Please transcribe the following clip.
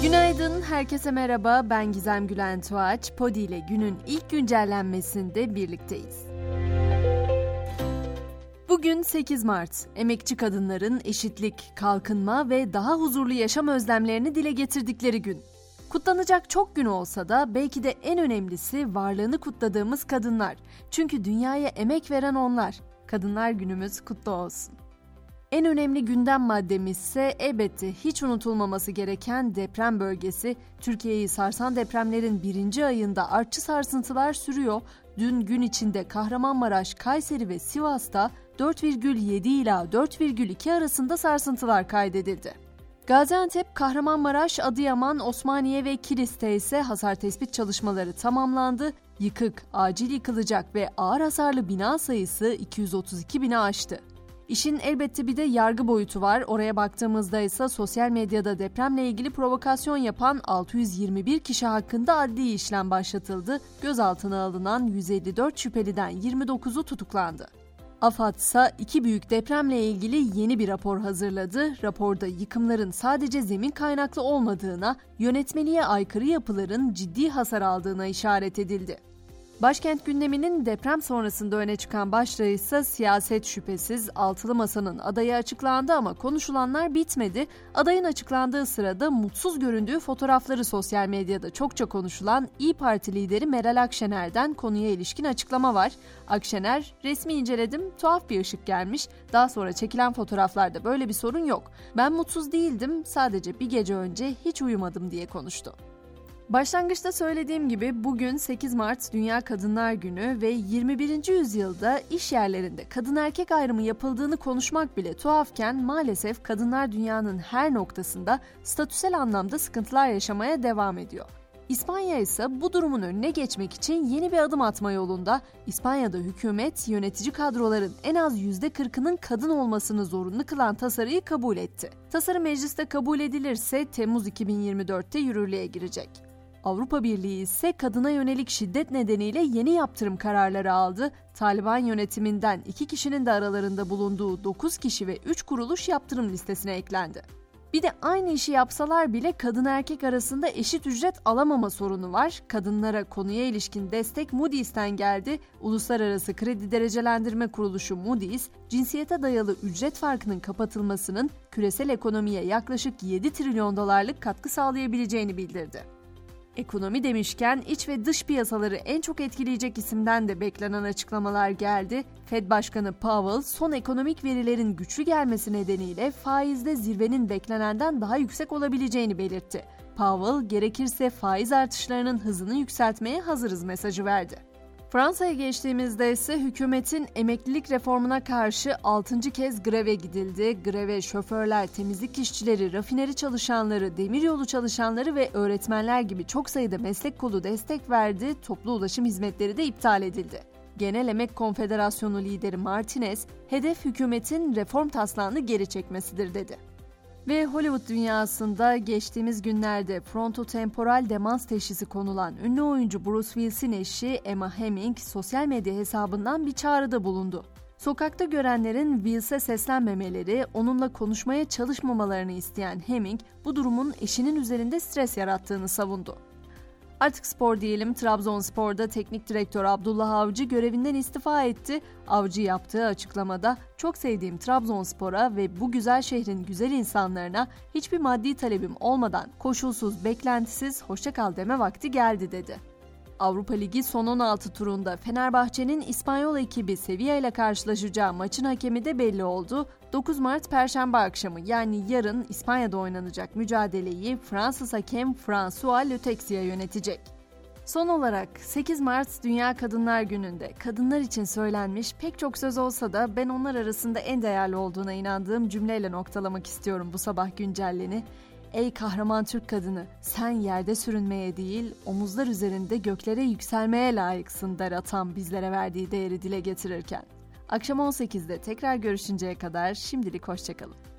Günaydın, herkese merhaba. Ben Gizem Gülen Tuğaç. Podi ile günün ilk güncellenmesinde birlikteyiz. Bugün 8 Mart. Emekçi kadınların eşitlik, kalkınma ve daha huzurlu yaşam özlemlerini dile getirdikleri gün. Kutlanacak çok gün olsa da belki de en önemlisi varlığını kutladığımız kadınlar. Çünkü dünyaya emek veren onlar. Kadınlar Günümüz kutlu olsun. En önemli gündem maddemiz ise elbette hiç unutulmaması gereken deprem bölgesi. Türkiye'yi sarsan depremlerin 1. ayında artçı sarsıntılar sürüyor. Dün gün içinde Kahramanmaraş, Kayseri ve Sivas'ta 4,7 ila 4,2 arasında sarsıntılar kaydedildi. Gaziantep, Kahramanmaraş, Adıyaman, Osmaniye ve Kilis'te ise hasar tespit çalışmaları tamamlandı. Yıkık, acil yıkılacak ve ağır hasarlı bina sayısı 232 bini aştı. İşin elbette bir de yargı boyutu var. Oraya baktığımızda ise sosyal medyada depremle ilgili provokasyon yapan 621 kişi hakkında adli işlem başlatıldı. Gözaltına alınan 154 şüpheliden 29'u tutuklandı. AFAD ise 2 büyük depremle ilgili yeni bir rapor hazırladı. Raporda yıkımların sadece zemin kaynaklı olmadığına, yönetmeliğe aykırı yapıların ciddi hasar aldığına işaret edildi. Başkent gündeminin deprem sonrasında öne çıkan başlığı ise siyaset şüphesiz. Altılı Masa'nın adayı açıklandı ama konuşulanlar bitmedi. Adayın açıklandığı sırada mutsuz göründüğü fotoğrafları sosyal medyada çokça konuşulan İYİ Parti lideri Meral Akşener'den konuya ilişkin açıklama var. Akşener, resmi inceledim, tuhaf bir ışık gelmiş. Daha sonra çekilen fotoğraflarda böyle bir sorun yok. Ben mutsuz değildim, sadece bir gece önce hiç uyumadım diye konuştu. Başlangıçta söylediğim gibi bugün 8 Mart Dünya Kadınlar Günü ve 21. yüzyılda iş yerlerinde kadın erkek ayrımı yapıldığını konuşmak bile tuhafken maalesef kadınlar dünyanın her noktasında statüsel anlamda sıkıntılar yaşamaya devam ediyor. İspanya ise bu durumun önüne geçmek için yeni bir adım atma yolunda. İspanya'da hükümet yönetici kadroların en az %40'ının kadın olmasını zorunlu kılan tasarıyı kabul etti. Tasarı mecliste kabul edilirse Temmuz 2024'te yürürlüğe girecek. Avrupa Birliği ise kadına yönelik şiddet nedeniyle yeni yaptırım kararları aldı. Taliban yönetiminden 2 kişinin de aralarında bulunduğu 9 kişi ve 3 kuruluş yaptırım listesine eklendi. Bir de aynı işi yapsalar bile kadın erkek arasında eşit ücret alamama sorunu var. Kadınlara konuya ilişkin destek Moody's'ten geldi. Uluslararası Kredi Derecelendirme Kuruluşu Moody's, cinsiyete dayalı ücret farkının kapatılmasının küresel ekonomiye yaklaşık 7 trilyon dolarlık katkı sağlayabileceğini bildirdi. Ekonomi demişken iç ve dış piyasaları en çok etkileyecek isimden de beklenen açıklamalar geldi. Fed Başkanı Powell son ekonomik verilerin güçlü gelmesi nedeniyle faizde zirvenin beklenenden daha yüksek olabileceğini belirtti. Powell gerekirse faiz artışlarının hızını yükseltmeye hazırız mesajı verdi. Fransa'ya geçtiğimizde ise hükümetin emeklilik reformuna karşı 6. kez greve gidildi. Greve şoförler, temizlik işçileri, rafineri çalışanları, demiryolu çalışanları ve öğretmenler gibi çok sayıda meslek kolu destek verdi. Toplu ulaşım hizmetleri de iptal edildi. Genel Emek Konfederasyonu lideri Martinez, hedef hükümetin reform taslağını geri çekmesidir dedi. Ve Hollywood dünyasında geçtiğimiz günlerde frontotemporal demans teşhisi konulan ünlü oyuncu Bruce Willis'in eşi Emma Heming sosyal medya hesabından bir çağrıda bulundu. Sokakta görenlerin Willis'e seslenmemeleri, onunla konuşmaya çalışmamalarını isteyen Heming, bu durumun eşinin üzerinde stres yarattığını savundu. Artık spor diyelim. Trabzonspor'da teknik direktör Abdullah Avcı görevinden istifa etti. Avcı yaptığı açıklamada "Çok sevdiğim Trabzonspor'a ve bu güzel şehrin güzel insanlarına hiçbir maddi talebim olmadan koşulsuz, beklentisiz hoşça kal deme vakti geldi" dedi. Avrupa Ligi son 16 turunda Fenerbahçe'nin İspanyol ekibi Sevilla ile karşılaşacağı maçın hakemi de belli oldu. 9 Mart Perşembe akşamı yani yarın İspanya'da oynanacak mücadeleyi Fransız hakem François Le Texier yönetecek. Son olarak 8 Mart Dünya Kadınlar Günü'nde kadınlar için söylenmiş pek çok söz olsa da ben onlar arasında en değerli olduğuna inandığım cümleyle noktalamak istiyorum bu sabah güncelleni. Ey kahraman Türk kadını, sen yerde sürünmeye değil, omuzlar üzerinde göklere yükselmeye layıksın der atam bizlere verdiği değeri dile getirirken. Akşam 18'de tekrar görüşünceye kadar şimdilik hoşça kalın.